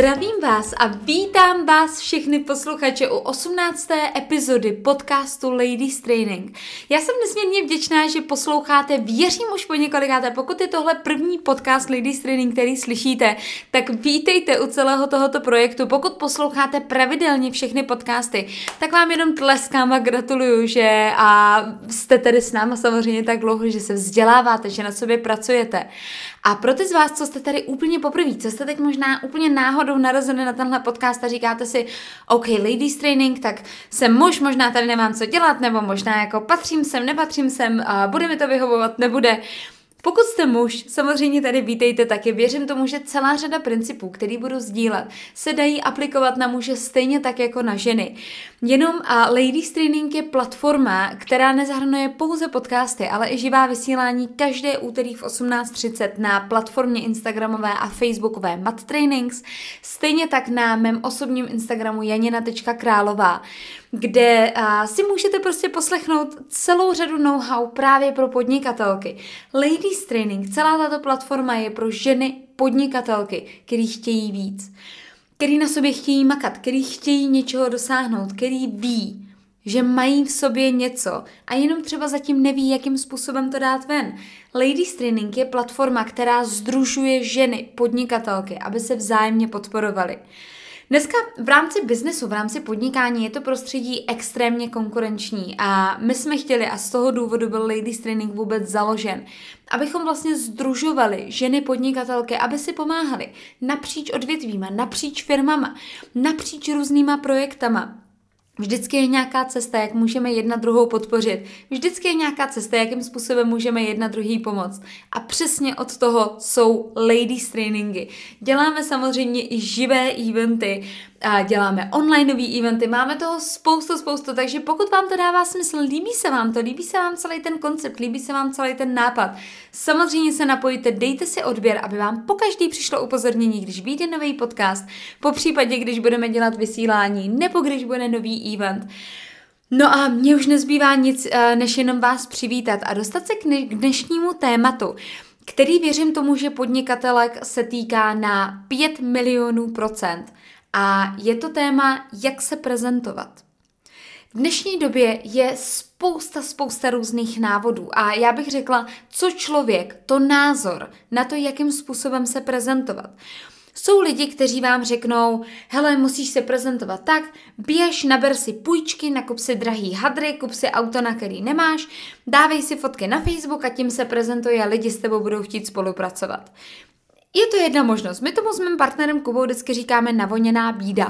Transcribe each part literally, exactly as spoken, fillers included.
Zdravím vás a vítám vás všechny posluchače u osmnácté epizody podcastu Ladies Training. Já jsem nesmírně vděčná, že posloucháte, věřím už po několikáté, pokud je tohle první podcast Ladies Training, který slyšíte, tak vítejte u celého tohoto projektu. Pokud posloucháte pravidelně všechny podcasty, tak vám jenom tleskám a gratuluju, že a jste tady s náma samozřejmě tak dlouho, že se vzděláváte, že na sobě pracujete. A pro ty z vás, co jste tady úplně poprvé, co jste teď možná úplně náhodou narazili na tenhle podcast a říkáte si, OK, Ladies Training, tak jsem muž, možná tady nemám co dělat, nebo možná jako patřím sem, nepatřím sem, a bude mi to vyhovovat, nebude. Pokud jste muž, samozřejmě tady vítejte taky. Věřím tomu, že celá řada principů, který budu sdílet, se dají aplikovat na muže stejně tak jako na ženy. Jenom a Ladies Training je platforma, která nezahrnuje pouze podcasty, ale i živá vysílání každé úterý v osmnáct třicet na platformě instagramové a facebookové Mat Trainings, stejně tak na mém osobním instagramu janina tečka králová, kde a, si můžete prostě poslechnout celou řadu know-how právě pro podnikatelky. Ladies Training, celá tato platforma je pro ženy podnikatelky, který chtějí víc, který na sobě chtějí makat, který chtějí něčeho dosáhnout, který ví, že mají v sobě něco a jenom třeba zatím neví, jakým způsobem to dát ven. Ladies Training je platforma, která sdružuje ženy podnikatelky, aby se vzájemně podporovaly. Dneska v rámci biznesu, v rámci podnikání je to prostředí extrémně konkurenční a my jsme chtěli, a z toho důvodu byl Ladies Training vůbec založen, abychom vlastně sdružovali ženy podnikatelky, aby si pomáhali napříč odvětvíma, napříč firmama, napříč různýma projektama. Vždycky je nějaká cesta, jak můžeme jedna druhou podpořit. Vždycky je nějaká cesta, jakým způsobem můžeme jedna druhý pomoct. A přesně od toho jsou Ladies Trainingy. Děláme samozřejmě i živé eventy, a děláme onlineové eventy, máme toho spoustu, spoustu, takže pokud vám to dává smysl, líbí se vám to, líbí se vám celý ten koncept, líbí se vám celý ten nápad, samozřejmě se napojte, dejte si odběr, aby vám pokaždý přišlo upozornění, když vyjde nový podcast, po případě, když budeme dělat vysílání, nebo když bude nový event. No a mně už nezbývá nic, než jenom vás přivítat a dostat se k dnešnímu tématu, který věřím tomu, že podnikatelek se týká na pět milionů procent. A je to téma, jak se prezentovat. V dnešní době je spousta, spousta různých návodů a já bych řekla, co člověk, to názor na to, jakým způsobem se prezentovat. Jsou lidi, kteří vám řeknou, hele, musíš se prezentovat tak, běž, naber si půjčky, nakup si drahý hadry, kup si auto, na který nemáš, dávej si fotky na Facebook a tím se prezentuje a lidi s tebou budou chtít spolupracovat. Je to jedna možnost. My tomu s mým partnerem Kubou vždycky říkáme navoněná bída.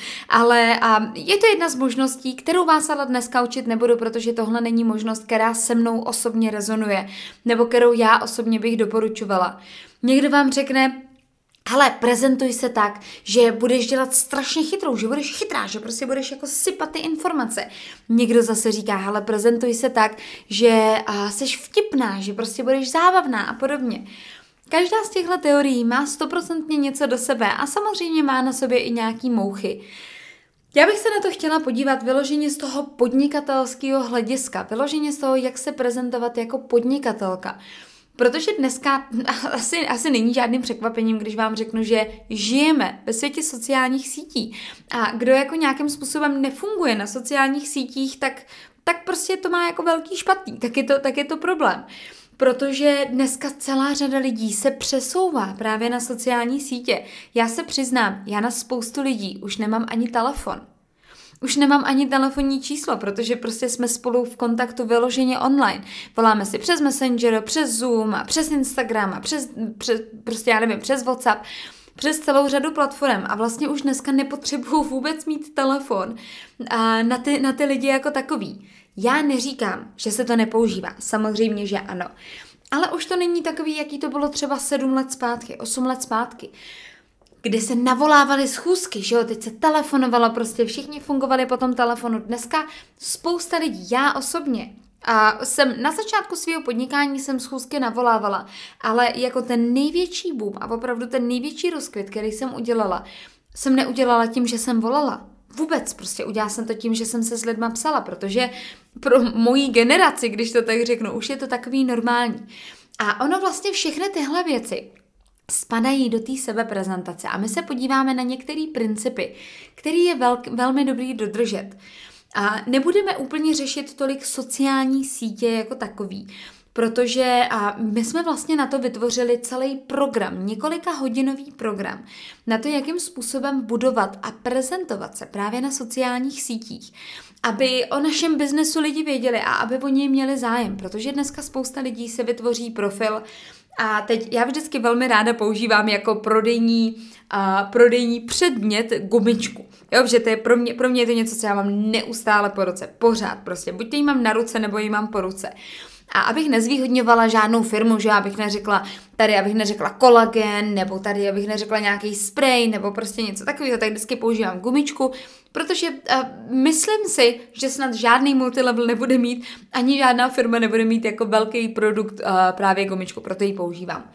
ale a je to jedna z možností, kterou vás ale dneska učit nebudu, protože tohle není možnost, která se mnou osobně rezonuje, nebo kterou já osobně bych doporučovala. Někdo vám řekne, hele, prezentuj se tak, že budeš dělat strašně chytrou, že budeš chytrá, že prostě budeš jako sypat ty informace. Někdo zase říká, hele, prezentuj se tak, že a, seš vtipná, že prostě budeš zábavná a podobně. Každá z těchto teorií má stoprocentně něco do sebe a samozřejmě má na sobě i nějaký mouchy. Já bych se na to chtěla podívat vyloženě z toho podnikatelského hlediska, vyloženě z toho, jak se prezentovat jako podnikatelka. Protože dneska asi, asi není žádným překvapením, když vám řeknu, že žijeme ve světě sociálních sítí a kdo jako nějakým způsobem nefunguje na sociálních sítích, tak, tak prostě to má jako velký špatný, tak je to, tak je to problém. Protože dneska celá řada lidí se přesouvá právě na sociální sítě. Já se přiznám, já na spoustu lidí už nemám ani telefon. Už nemám ani telefonní číslo, protože prostě jsme spolu v kontaktu vyloženě online. Voláme si přes Messenger, přes Zoom, a přes Instagram, a přes, přes, prostě já nevím, přes WhatsApp, přes celou řadu platform a vlastně už dneska nepotřebuju vůbec mít telefon a na, ty, na ty lidi jako takový. Já neříkám, že se to nepoužívá, samozřejmě, že ano. Ale už to není takový, jaký to bylo třeba sedm let zpátky, osm let zpátky, kdy se navolávaly schůzky, že jo, teď se telefonovalo, prostě všichni fungovali po tom telefonu. Dneska spousta lidí, já osobně, a jsem na začátku svého podnikání jsem schůzky navolávala, ale jako ten největší boom a opravdu ten největší rozkvět, který jsem udělala, jsem neudělala tím, že jsem volala. Vůbec prostě udělala jsem to tím, že jsem se s lidma psala, protože pro moji generaci, když to tak řeknu, už je to takový normální. A ono vlastně všechny tyhle věci spadají do té sebeprezentace a my se podíváme na některé principy, který je vel, velmi dobrý dodržet. A nebudeme úplně řešit tolik sociální sítě jako takový, protože a my jsme vlastně na to vytvořili celý program, několika hodinový program, na to, jakým způsobem budovat a prezentovat se právě na sociálních sítích, aby o našem biznesu lidi věděli a aby o něj měli zájem, protože dneska spousta lidí se vytvoří profil a teď já vždycky velmi ráda používám jako prodejní, a prodejní předmět gumičku. Jo, že to je pro mě, pro mě je to něco, co já mám neustále po ruce, pořád prostě, buď to jí mám na ruce, nebo ji mám po ruce. A abych nezvýhodňovala žádnou firmu, že abych neřekla tady, abych neřekla kolagen, nebo tady, abych neřekla nějaký spray, nebo prostě něco takového, tak vždycky používám gumičku, protože uh, myslím si, že snad žádný multilevel nebude mít, ani žádná firma nebude mít jako velký produkt uh, právě gumičku, proto ji používám.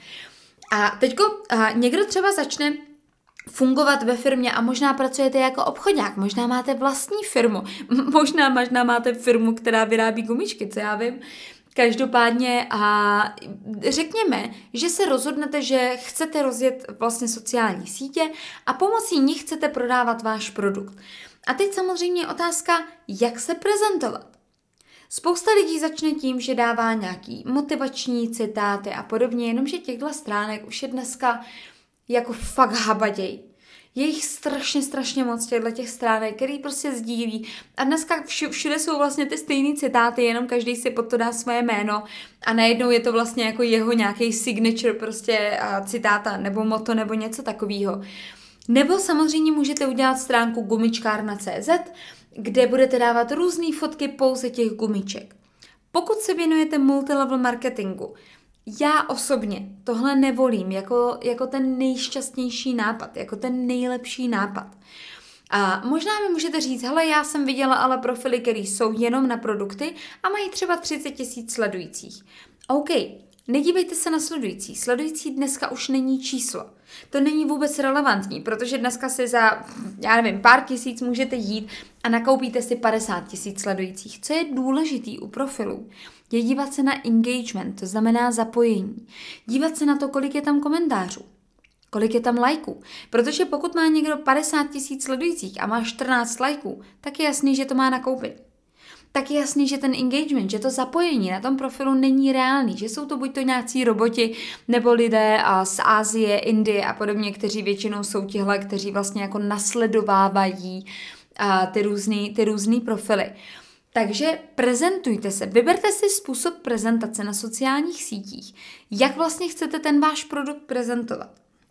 A teďko uh, někdo třeba začne fungovat ve firmě a možná pracujete jako obchodňák, možná máte vlastní firmu, možná, možná máte firmu, která vyrábí gumičky, co já vím. Každopádně a řekněme, že se rozhodnete, že chcete rozjet vlastně sociální sítě a pomocí nich chcete prodávat váš produkt. A teď samozřejmě je otázka, jak se prezentovat. Spousta lidí začne tím, že dává nějaký motivační citáty a podobně, jenomže těchto stránek už je dneska jako fakt habaděj. Je jich strašně, strašně moc těchto těch stránek, který prostě sdílí. A dneska všude jsou vlastně ty stejné citáty, jenom každý si pod to dá svoje jméno a najednou je to vlastně jako jeho nějaký signature prostě citáta nebo moto nebo něco takového. Nebo samozřejmě můžete udělat stránku gumičkárna tečka cé zet, kde budete dávat různé fotky pouze těch gumiček. Pokud se věnujete multilevel marketingu, já osobně tohle nevolím jako, jako ten nejšťastnější nápad, jako ten nejlepší nápad. A možná mi můžete říct, hele, já jsem viděla ale profily, které jsou jenom na produkty a mají třeba třicet tisíc sledujících. OK, nedívejte se na sledující. Sledující dneska už není číslo. To není vůbec relevantní, protože dneska si za, já nevím, pár tisíc můžete jít a nakoupíte si padesát tisíc sledujících. Co je důležitý u profilů, je dívat se na engagement, to znamená zapojení. Dívat se na to, kolik je tam komentářů, kolik je tam lajků. Protože pokud má někdo padesát tisíc sledujících a má čtrnáct lajků, tak je jasný, že to má nakoupit. Tak je jasný, že ten engagement, že to zapojení na tom profilu není reálný, že jsou to buď to nějací roboti, nebo lidé z Asie, Indie a podobně, kteří většinou jsou tihle, kteří vlastně jako nasledovávají ty různý, ty různý profily. Takže prezentujte se, vyberte si způsob prezentace na sociálních sítích, jak vlastně chcete ten váš produkt prezentovat.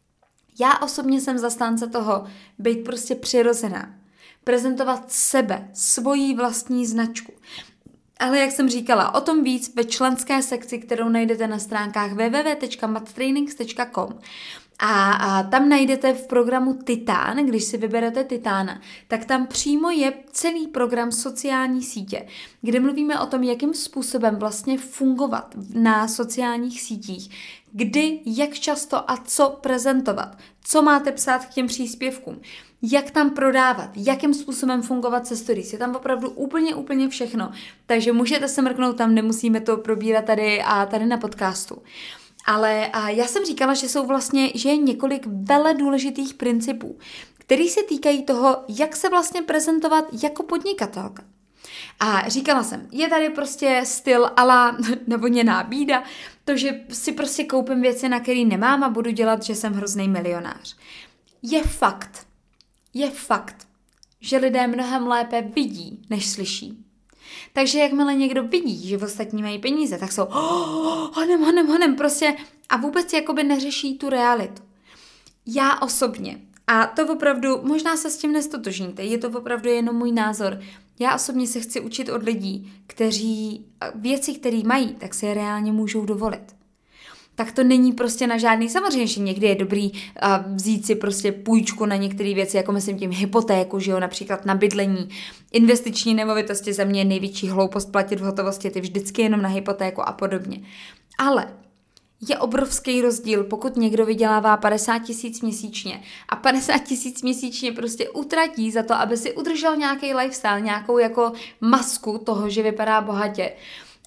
Já osobně jsem zastánce toho být prostě přirozená, prezentovat sebe, svoji vlastní značku. Ale jak jsem říkala, o tom víc ve členské sekci, kterou najdete na stránkách w w w tečka mattrainings tečka com. A, a tam najdete v programu Titán, když si vyberete Titána, tak tam přímo je celý program sociální sítě, kde mluvíme o tom, jakým způsobem vlastně fungovat na sociálních sítích, kdy, jak často a co prezentovat, co máte psát k těm příspěvkům, jak tam prodávat, jakým způsobem fungovat se stories. Je tam opravdu úplně, úplně všechno. Takže můžete se mrknout tam, nemusíme to probírat tady a tady na podcastu. Ale a já jsem říkala, že jsou vlastně, že je několik vele důležitých principů, které se týkají toho, jak se vlastně prezentovat jako podnikatelka. A říkala jsem, je tady prostě styl ala nevoněná bída, to, že si prostě koupím věci, na který nemám a budu dělat, že jsem hrozný milionář. Je fakt, je fakt, že lidé mnohem lépe vidí, než slyší. Takže jakmile někdo vidí, že ostatní mají peníze, tak jsou oh, honem, honem, honem, prostě a vůbec jakoby neřeší tu realitu. Já osobně, a to opravdu, možná se s tím nestotožníte, je to opravdu jenom můj názor, já osobně se chci učit od lidí, kteří věci, které mají, tak si je reálně můžou dovolit. Tak to není prostě na žádný, samozřejmě, že někdy je dobrý uh, vzít si prostě půjčku na některé věci, jako myslím tím hypotéku, že jo, například na bydlení, investiční nemovitosti, za mě je největší hloupost platit v hotovosti, ty vždycky jenom na hypotéku a podobně. Ale je obrovský rozdíl, pokud někdo vydělává padesát tisíc měsíčně a padesát tisíc měsíčně prostě utratí za to, aby si udržel nějaký lifestyle, nějakou jako masku toho, že vypadá bohatě.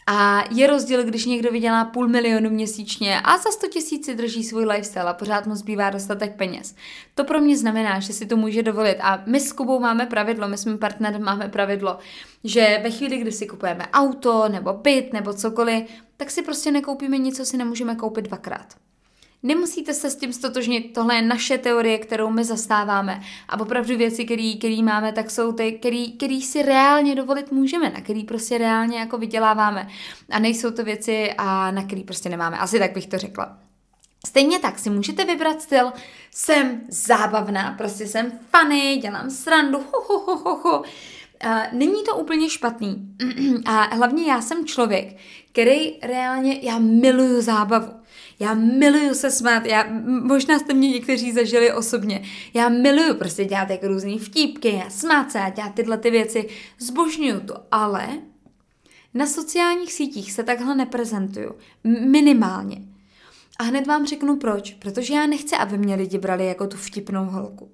A je rozdíl, když někdo vydělá půl milionu měsíčně a za sto tisíc si drží svůj lifestyle a pořád mu zbývá dostatek peněz. To pro mě znamená, že si to může dovolit. A my s Kubou máme pravidlo, my jsme partnerem, máme pravidlo, že ve chvíli, kdy si kupujeme auto nebo byt nebo cokoliv, tak si prostě nekoupíme nic, co si nemůžeme koupit dvakrát. Nemusíte se s tím stotožnit, tohle je naše teorie, kterou my zastáváme. A opravdu věci, které máme, tak jsou ty, které si reálně dovolit můžeme, na který prostě reálně jako vyděláváme. A nejsou to věci, a na který prostě nemáme. Asi tak bych to řekla. Stejně tak si můžete vybrat styl, jsem zábavná, prostě jsem funny, dělám srandu, ho, ho, ho, ho, ho. Uh, není to úplně špatný. A hlavně já jsem člověk, který reálně, já miluju zábavu. Já miluju se smát, já, možná jste mě někteří zažili osobně, já miluju prostě dělat jako různý vtípky a smát se a dělat tyhle ty věci, zbožňuju to, ale na sociálních sítích se takhle neprezentuju, minimálně. A hned vám řeknu proč, protože já nechci, aby mě lidi brali jako tu vtipnou holku.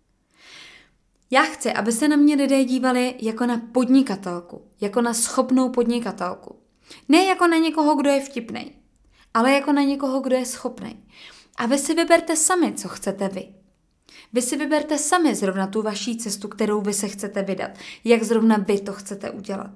Já chci, aby se na mě lidé dívali jako na podnikatelku, jako na schopnou podnikatelku. Ne jako na někoho, kdo je vtipnej, ale jako na někoho, kdo je schopný. A vy si vyberte sami, co chcete vy. Vy si vyberte sami zrovna tu vaší cestu, kterou vy se chcete vydat. Jak zrovna vy to chcete udělat.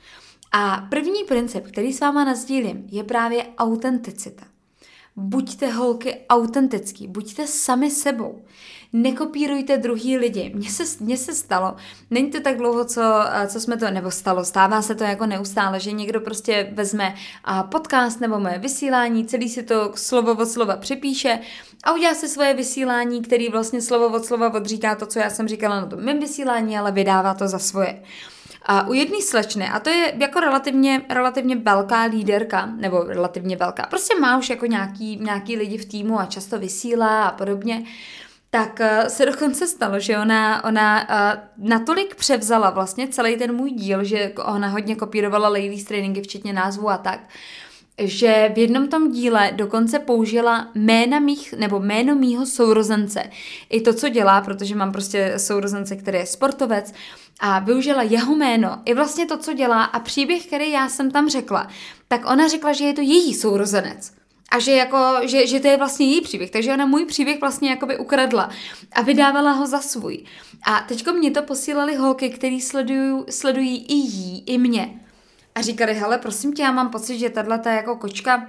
A první princip, který s váma nasdílím, je právě autenticita. Buďte holky autentický, buďte sami sebou. Nekopírujte druhý lidi. Mně se, mně se stalo, není to tak dlouho, co, co jsme to, nebo stalo, stává se to jako neustále, že někdo prostě vezme podcast nebo moje vysílání, celý si to slovo od slova přepíše a udělá si svoje vysílání, který vlastně slovo od slova odříká to, co já jsem říkala na tom mém vysílání, ale vydává to za svoje. A u jedné slečny, a to je jako relativně, relativně velká líderka, nebo relativně velká, prostě má už jako nějaký, nějaký lidi v týmu a často vysílá a podobně, tak se dokonce stalo, že ona, ona natolik převzala vlastně celý ten můj díl, že ona hodně kopírovala ladies tréninky, včetně názvu a tak, že v jednom tom díle dokonce použila jména mých, nebo jméno mýho sourozence. I to, co dělá, protože mám prostě sourozence, který je sportovec, a využila jeho jméno, i vlastně to, co dělá a příběh, který já jsem tam řekla, tak ona řekla, že je to její sourozenec. A že, jako, že, že to je vlastně její příběh. Takže ona můj příběh vlastně jakoby ukradla a vydávala ho za svůj. A teďko mě to posílali holky, který sledují, sledují i jí, i mě. A říkali, hele, prosím tě, já mám pocit, že tato jako kočka,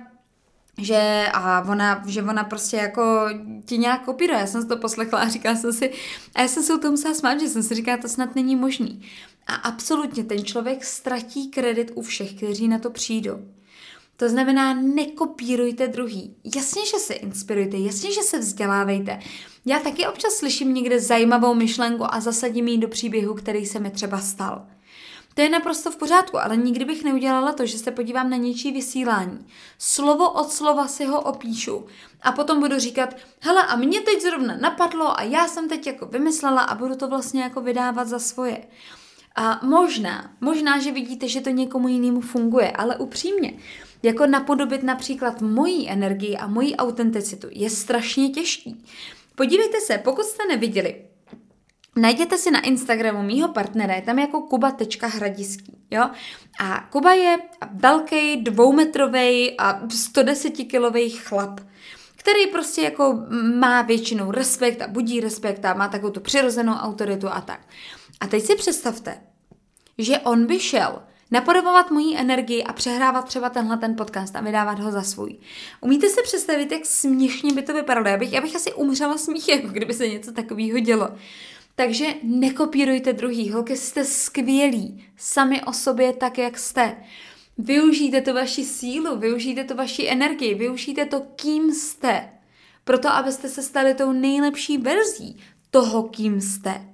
že, a ona, že ona prostě jako ti nějak kopíruje. Já jsem si to poslechla a říkala jsem si, a já jsem se u toho musela smát, že jsem si říkala, to snad není možný. A absolutně ten člověk ztratí kredit u všech, kteří na to přijdou. To znamená, nekopírujte druhý. Jasně, že se inspirujte, jasně, že se vzdělávejte. Já taky občas slyším někde zajímavou myšlenku a zasadím ji do příběhu, který se mi třeba stal. To je naprosto v pořádku, ale nikdy bych neudělala to, že se podívám na něčí vysílání. Slovo od slova si ho opíšu a potom budu říkat, hele, a mě teď zrovna napadlo a já jsem teď jako vymyslela a budu to vlastně jako vydávat za svoje. A možná, možná, že vidíte, že to někomu jinému funguje, ale upřímně, jako napodobit například mojí energii a mojí autenticitu je strašně těžký. Podívejte se, pokud jste neviděli, najděte si na Instagramu mýho partnera, je tam jako kuba tečka hradiský, jo? A Kuba je velký, dvoumetrový a sto deset kilový chlap, který prostě jako má většinou respekt a budí respekt a má takovou tu přirozenou autoritu a tak. A teď si představte, že on by šel napodobovat moji energii a přehrávat třeba tenhle ten podcast a vydávat ho za svůj. Umíte si představit, jak směšně by to vypadalo? Já bych, já bych asi umřela smíchem, jako kdyby se něco takového dělo. Takže nekopírujte druhý. Holky, jste skvělí. Sami o sobě tak, jak jste. Využijte tu vaši sílu, využijte tu vaši energii, využijte to, kým jste. Proto, abyste se stali tou nejlepší verzí toho, kým jste.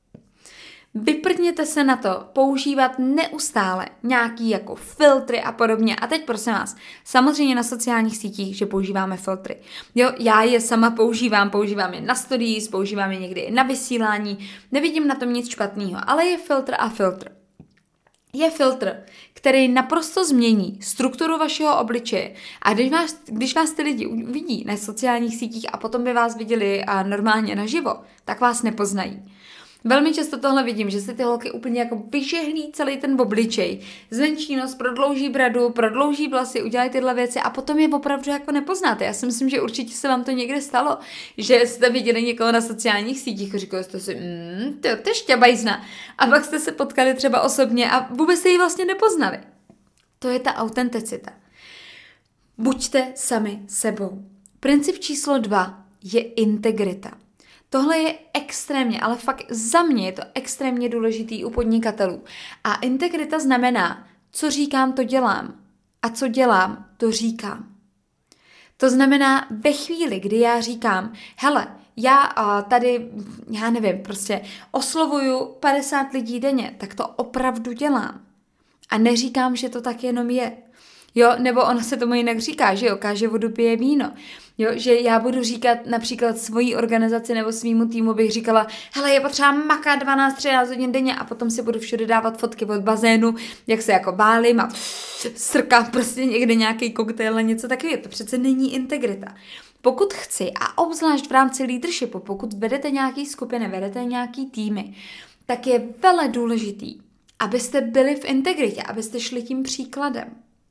Vyprdněte se na to, používat neustále nějaký jako filtry a podobně. A teď prosím vás, samozřejmě na sociálních sítích, že používáme filtry. Jo, já je sama používám, používám je na stories, používám je někdy i na vysílání, nevidím na tom nic špatného, ale je filtr a filtr. Je filtr, který naprosto změní strukturu vašeho obličeje. A když vás, když vás ty lidi uvidí na sociálních sítích a potom by vás viděli a normálně naživo, tak vás nepoznají. Velmi často tohle vidím, že si ty holky úplně jako vyžehlí celý ten obličej, zmenší nos, prodlouží bradu, prodlouží vlasy, udělají tyhle věci a potom je opravdu jako nepoznáte. Já si myslím, že určitě se vám to někde stalo, že jste viděli někoho na sociálních sítích a říkali jste si, mmm, to je šťabajzna. A pak jste se potkali třeba osobně a vůbec se ji vlastně nepoznali. To je ta autenticita. Buďte sami sebou. Princip číslo dva je integrita. Tohle je extrémně, ale fakt za mě je to extrémně důležitý u podnikatelů. A integrita znamená, co říkám, to dělám. A co dělám, to říkám. To znamená, ve chvíli, kdy já říkám, hele, já tady, já nevím, prostě oslovuju padesát lidí denně, tak to opravdu dělám. A neříkám, že to tak jenom je. Jo, nebo ono se tomu jinak říká, že jo, káže vodu pije víno. Jo, že já budu říkat například svojí organizaci nebo svýmu týmu bych říkala, hele, je potřeba makat dvanáct třináct hodin denně a potom si budu všude dávat fotky od bazénu, jak se jako bálím a srkám prostě někde nějaký koktejl a něco takového. To přece není integrita. Pokud chci, a obzvlášť v rámci leadershipu, pokud vedete nějaký skupiny, vedete nějaký týmy, tak je vele důležitý, abyste byli v integritě, abyste šli tím příkladem.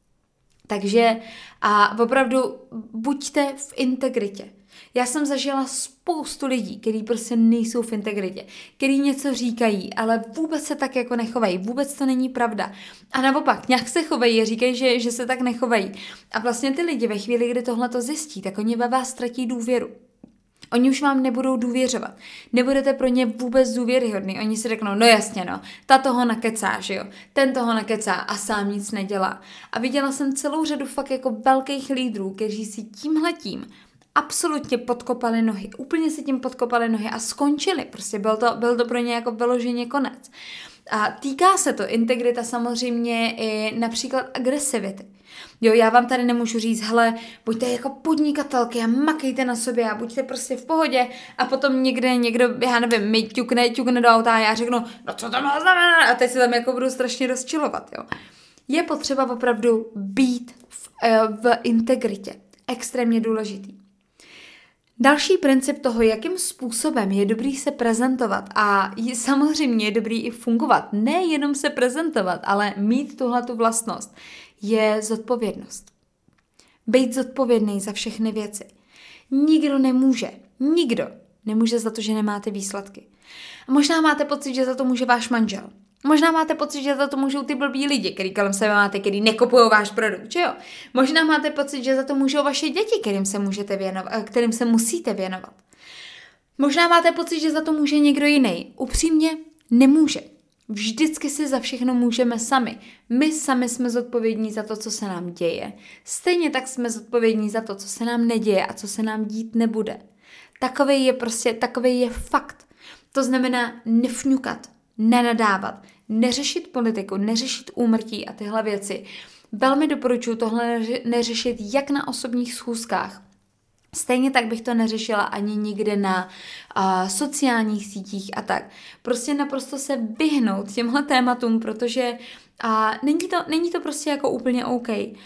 Takže a opravdu buďte v integritě. Já jsem zažila spoustu lidí, kteří prostě nejsou v integritě, kteří něco říkají, ale vůbec se tak jako nechovají, vůbec to není pravda. A naopak, nějak se chovají a říkají, že, že se tak nechovají. A vlastně ty lidi ve chvíli, kdy tohle to zjistí, tak oni ve vás ztratí důvěru. Oni už vám nebudou důvěřovat. Nebudete pro ně vůbec důvěryhodný. Oni si řeknou, no jasně no, ta toho nakecá, že jo. Ten toho nakecá a sám nic nedělá. A viděla jsem celou řadu fakt jako velkých lídrů, kteří si tímhletím absolutně podkopali nohy. Úplně si tím podkopali nohy a skončili. Prostě byl to, byl to pro ně jako vyloženě konec. A týká se to integrita samozřejmě i například agresivity. Jo, já vám tady nemůžu říct, hele, buďte jako podnikatelky a makejte na sobě a buďte prostě v pohodě a potom někde někdo, já nevím, mi ťukne, ťukne do auta a já řeknu, no co to má znamenat? A teď se tam jako budu strašně rozčilovat, jo. Je potřeba opravdu být v, v integritě. Extrémně důležitý. Další princip toho, jakým způsobem je dobrý se prezentovat a je samozřejmě je dobrý i fungovat, nejenom se prezentovat, ale mít tuhletu vlastnost, je zodpovědnost. Být zodpovědný za všechny věci. Nikdo nemůže, nikdo nemůže za to, že nemáte výsledky. A možná máte pocit, že za to může váš manžel. Možná máte pocit, že za to můžou ty blbí lidi, který kolem sebe máte, který nekupujou váš produkt, že jo? Možná máte pocit, že za to můžou vaše děti, kterým se, můžete věnovat, kterým se musíte věnovat. Možná máte pocit, že za to může někdo jiný. Upřímně nemůže. Vždycky si za všechno můžeme sami. My sami jsme zodpovědní za to, co se nám děje. Stejně tak jsme zodpovědní za to, co se nám neděje a co se nám dít nebude. Takovej je prostě, takovej je fakt. To znamená nefňukat, nenadávat, neřešit politiku, neřešit úmrtí a tyhle věci. Velmi doporučuji tohle neřešit jak na osobních schůzkách. Stejně tak bych to neřešila ani nikde na uh, sociálních sítích a tak. Prostě naprosto se vyhnout těmhle tématům, protože uh, není, to, není to prostě jako úplně OK.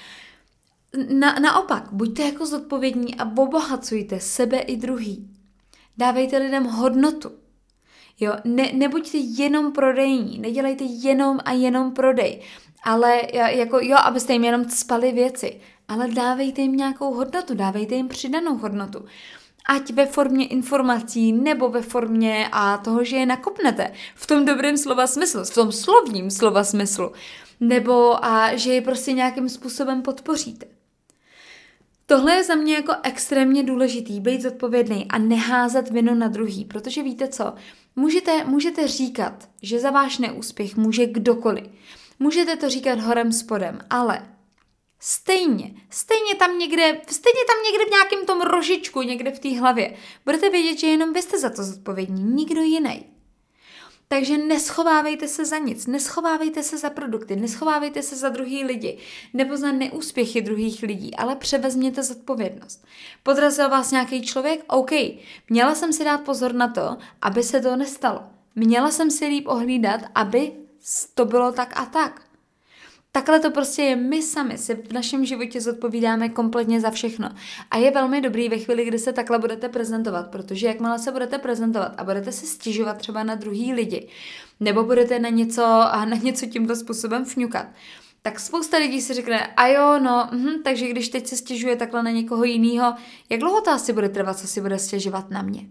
Na, naopak, buďte jako zodpovědní a obohacujte sebe i druhý. Dávejte lidem hodnotu. Jo, ne, nebuďte jenom prodejní, nedělejte jenom a jenom prodej, ale jako jo, abyste jim jenom cpali věci, ale dávejte jim nějakou hodnotu, dávejte jim přidanou hodnotu. Ať ve formě informací, nebo ve formě a toho, že je nakopnete v tom dobrém slova smyslu, v tom slovním slova smyslu, nebo a že je prostě nějakým způsobem podpoříte. Tohle je za mě jako extrémně důležitý, být zodpovědný a neházet vinu na druhý, protože víte co, můžete, můžete říkat, že za váš neúspěch může kdokoliv. Můžete to říkat horem spodem, ale stejně, stejně tam někde, stejně tam někde v nějakém tom rožičku, někde v té hlavě, budete vědět, že jenom vy jste za to zodpovědní, nikdo jiný. Takže neschovávejte se za nic, neschovávejte se za produkty, neschovávejte se za druhý lidi nebo za neúspěchy druhých lidí, ale převezměte zodpovědnost. Podrazil vás nějaký člověk? OK, měla jsem si dát pozor na to, aby se to nestalo. Měla jsem si líp ohlídat, aby to bylo tak a tak. Takhle to prostě je, my sami si v našem životě zodpovídáme kompletně za všechno. A je velmi dobrý ve chvíli, kdy se takhle budete prezentovat, protože jakmile se budete prezentovat a budete si stěžovat třeba na druhý lidi, nebo budete na něco, na něco tímto způsobem fňukat, tak spousta lidí si řekne, a jo, no, hm, takže když teď se stěžuje takhle na někoho jiného, jak dlouho to asi bude trvat, co si bude stěžovat na mě?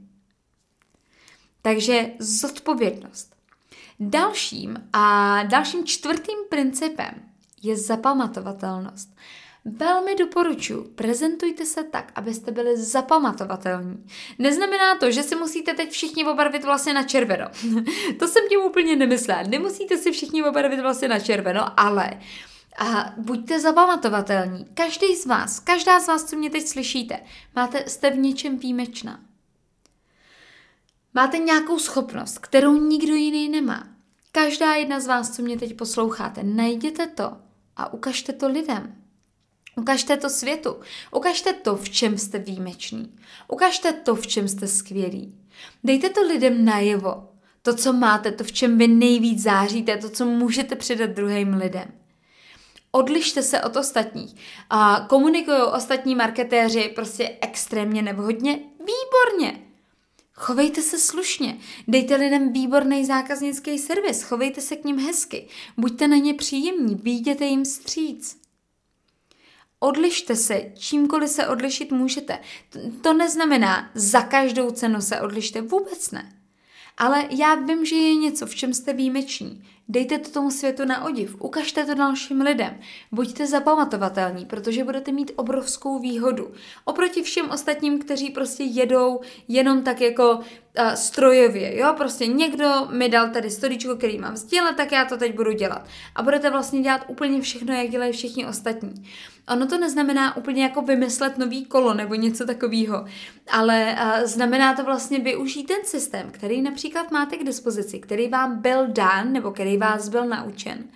Takže zodpovědnost. Dalším a dalším čtvrtým principem je zapamatovatelnost. Velmi doporučuji, prezentujte se tak, abyste byli zapamatovatelní. Neznamená to, že si musíte teď všichni obarvit vlasy na červeno. To jsem tím úplně nemyslela. Nemusíte si všichni obarvit vlasy na červeno, ale a buďte zapamatovatelní. Každý z vás, každá z vás, co mě teď slyšíte, máte, jste v něčem výjimečná. Máte nějakou schopnost, kterou nikdo jiný nemá. Každá jedna z vás, co mě teď posloucháte, najděte to a ukažte to lidem. Ukažte to světu. Ukažte to, v čem jste výjimeční. Ukažte to, v čem jste skvělí. Dejte to lidem najevo. To, co máte, to, v čem vy nejvíc záříte, to, co můžete předat druhým lidem. Odlište se od ostatních. A komunikují ostatní marketéři prostě extrémně nevhodně? Výborně. Chovejte se slušně, dejte lidem výborný zákaznický servis, chovejte se k nim hezky, buďte na ně příjemní, vyjděte jim vstříc. Odlište se, čímkoliv se odlišit můžete. To neznamená, za každou cenu se odlište, vůbec ne. Ale já vím, že je něco, v čem jste výjimeční. Dejte to tomu světu na odiv, ukažte to dalším lidem. Buďte zapamatovatelní, protože budete mít obrovskou výhodu. Oproti všem ostatním, kteří prostě jedou jenom tak jako uh, strojově, jo, prostě někdo mi dal tady storíčko, který mám sdílet, tak já to teď budu dělat. A budete vlastně dělat úplně všechno, jak dělají všichni ostatní. Ono to neznamená úplně jako vymyslet nový kolo nebo něco takového, ale uh, znamená to vlastně využít ten systém, který například máte k dispozici, který vám byl dán nebo který vás byl naučen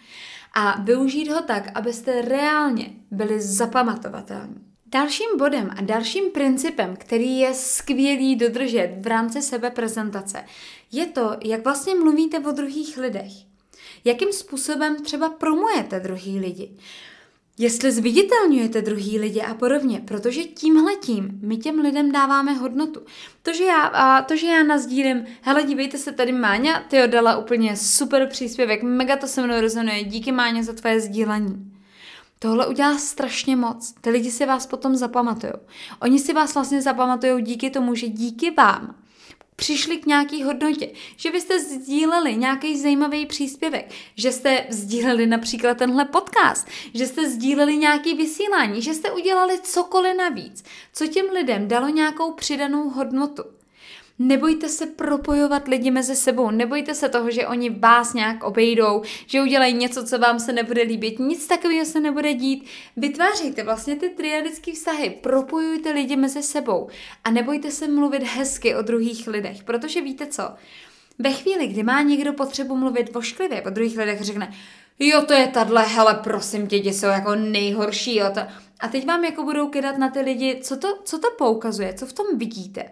a využít ho tak, abyste reálně byli zapamatovatelní. Dalším bodem a dalším principem, který je skvělý dodržet v rámci sebeprezentace, je to, jak vlastně mluvíte o druhých lidech. Jakým způsobem třeba promujete druhý lidi. Jestli zviditelňujete druhý lidi a podobně, protože tímhletím my těm lidem dáváme hodnotu. To, že já, a to, že já nazdílím, hele, dívejte se, tady Máňa, ty dala úplně super příspěvek, mega to se mnou rezonuje, díky Máňa za tvoje sdílení. Tohle udělá strašně moc. Ty lidi si vás potom zapamatujou. Oni si vás vlastně zapamatujou díky tomu, že díky vám přišli k nějaký hodnotě, že vy jste sdíleli nějaký zajímavý příspěvek, že jste sdíleli například tenhle podcast, že jste sdíleli nějaký vysílání, že jste udělali cokoliv navíc, co těm lidem dalo nějakou přidanou hodnotu. Nebojte se propojovat lidi mezi sebou, nebojte se toho, že oni vás nějak obejdou, že udělají něco, co vám se nebude líbit, nic takového se nebude dít. Vytvářejte vlastně ty triadické vztahy, propojujte lidi mezi sebou a nebojte se mluvit hezky o druhých lidech, protože víte co? Ve chvíli, kdy má někdo potřebu mluvit vošklivě o druhých lidech, řekne, jo, to je tadle, hele, prosím tě, tě jsou jako nejhorší. Jo, to. A teď vám jako budou kydat na ty lidi, co to, co to poukazuje, co v tom vidíte.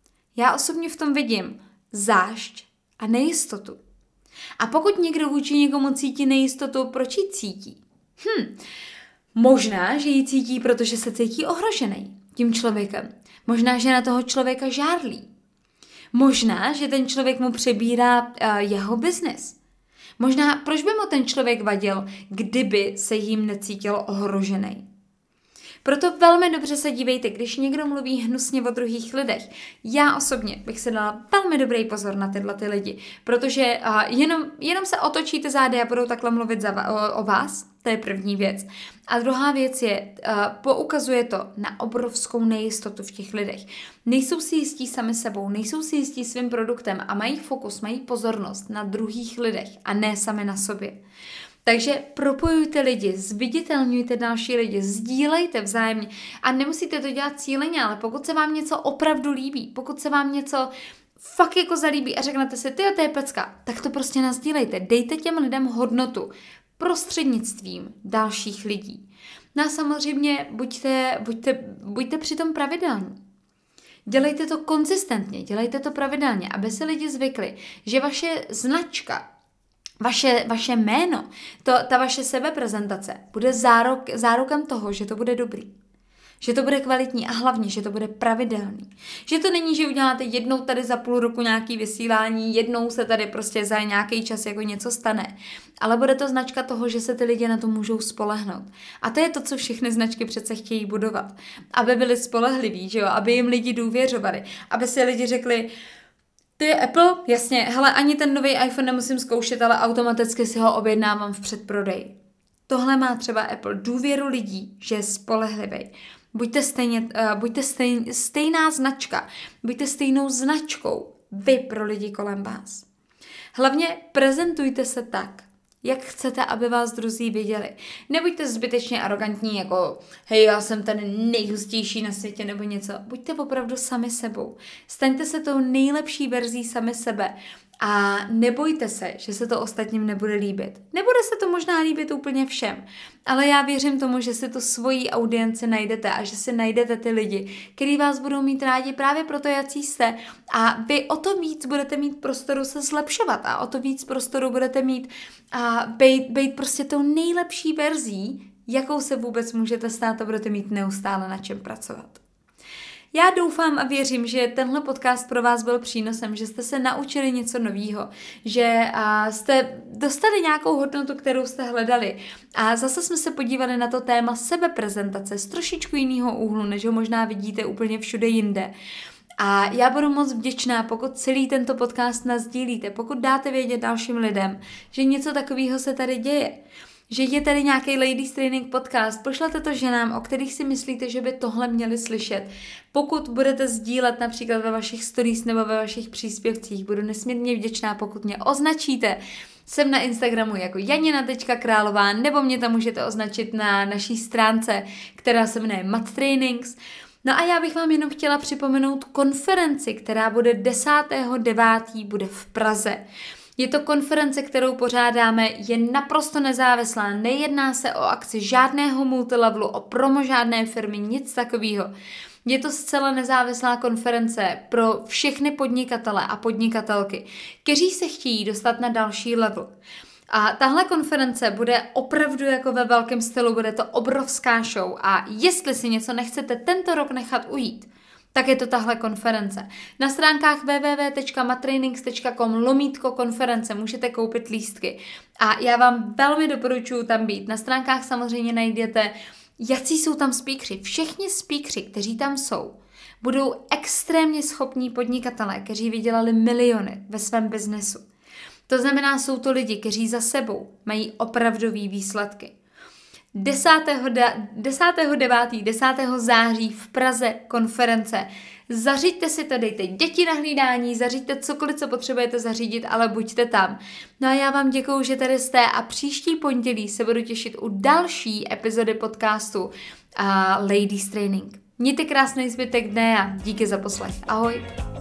Já osobně v tom vidím zášť a nejistotu. A pokud někdo vůči někomu cítí nejistotu, proč ji cítí? Hm, možná, že ji cítí, protože se cítí ohrožený tím člověkem. Možná, že na toho člověka žárlí. Možná, že ten člověk mu přebírá uh, jeho biznes. Možná, proč by mu ten člověk vadil, kdyby se jim necítil ohrožený. Proto velmi dobře se dívejte, když někdo mluví hnusně o druhých lidech. Já osobně bych se dala velmi dobrý pozor na tyhle ty lidi, protože uh, jenom, jenom se otočíte zády a budou takhle mluvit za, o, o vás. To je první věc. A druhá věc je, uh, poukazuje to na obrovskou nejistotu v těch lidech. Nejsou si jistí sami sebou, nejsou si jistí svým produktem a mají fokus, mají pozornost na druhých lidech a ne sami na sobě. Takže propojujte lidi, zviditelňujte další lidi, sdílejte vzájemně a nemusíte to dělat cíleně, ale pokud se vám něco opravdu líbí, pokud se vám něco fakt jako zalíbí a řeknete si, tyjo, to je pecka, tak to prostě nasdílejte, dejte těm lidem hodnotu prostřednictvím dalších lidí. No a samozřejmě buďte, buďte, buďte přitom pravidelní. Dělejte to konzistentně, dělejte to pravidelně, aby se lidi zvykli, že vaše značka, vaše, vaše jméno, to, ta vaše sebeprezentace bude zárok, zárukem toho, že to bude dobrý. Že to bude kvalitní a hlavně, že to bude pravidelný. Že to není, že uděláte jednou tady za půl roku nějaký vysílání, jednou se tady prostě za nějaký čas jako něco stane. Ale bude to značka toho, že se ty lidi na to můžou spolehnout. A to je to, co všechny značky přece chtějí budovat. Aby byli spolehliví, že jo? Aby jim lidi důvěřovali. Aby si lidi řekli, to je Apple? Jasně, hele, ani ten nový iPhone nemusím zkoušet, ale automaticky si ho objednávám v předprodeji. Tohle má třeba Apple, důvěru lidí, že je spolehlivý. Buďte, stejně, uh, buďte stejn, stejná značka, buďte stejnou značkou vy pro lidi kolem vás. Hlavně prezentujte se tak, jak chcete, aby vás druzí viděli. Nebuďte zbytečně arrogantní, jako hej, já jsem ten nejhustější na světě nebo něco. Buďte opravdu sami sebou. Staňte se tou nejlepší verzí sami sebe a nebojte se, že se to ostatním nebude líbit. Nebude se to možná líbit úplně všem, ale já věřím tomu, že si tu svoji audienci najdete a že si najdete ty lidi, kteří vás budou mít rádi právě proto, jací jste, a vy o to víc budete mít prostoru se zlepšovat a o to víc prostoru budete mít a být, být prostě tou nejlepší verzí, jakou se vůbec můžete stát, a budete mít neustále na čem pracovat. Já doufám a věřím, že tenhle podcast pro vás byl přínosem, že jste se naučili něco nového, že jste dostali nějakou hodnotu, kterou jste hledali. A zase jsme se podívali na to téma sebeprezentace z trošičku jiného úhlu, než ho možná vidíte úplně všude jinde. A já budu moc vděčná, pokud celý tento podcast nasdílíte, pokud dáte vědět dalším lidem, že něco takového se tady děje. Že je tady nějaký Ladies Training podcast, pošlete to ženám, o kterých si myslíte, že by tohle měli slyšet. Pokud budete sdílet například ve vašich stories nebo ve vašich příspěvcích, budu nesmírně vděčná, pokud mě označíte. Jsem na Instagramu jako janina tečka králová, nebo mě tam můžete označit na naší stránce, která se jmenuje Mat Trainings. No a já bych vám jenom chtěla připomenout konferenci, která bude desátého devátého bude v Praze. Je to konference, kterou pořádáme, je naprosto nezávislá, nejedná se o akci žádného multilevelu, o promo žádné firmy, nic takového. Je to zcela nezávislá konference pro všechny podnikatele a podnikatelky, kteří se chtějí dostat na další level. A tahle konference bude opravdu jako ve velkém stylu, bude to obrovská show a jestli si něco nechcete tento rok nechat ujít, tak je to tahle konference. Na stránkách w w w tečka mattrainings tečka com lomítko konference můžete koupit lístky. A já vám velmi doporučuji tam být. Na stránkách samozřejmě najdete, jací jsou tam speakři. Všichni speakři, kteří tam jsou, budou extrémně schopní podnikatelé, kteří vydělali miliony ve svém biznesu. To znamená, jsou to lidi, kteří za sebou mají opravdový výsledky. desátého devátého desátého září v Praze konference. Zařiďte si to, dejte děti na hlídání, zařiďte cokoliv, co potřebujete zařídit, ale buďte tam. No a já vám děkuju, že tady jste a příští pondělí se budu těšit u další epizody podcastu a Ladies Training. Mějte krásný zbytek dne a díky za poslech. Ahoj.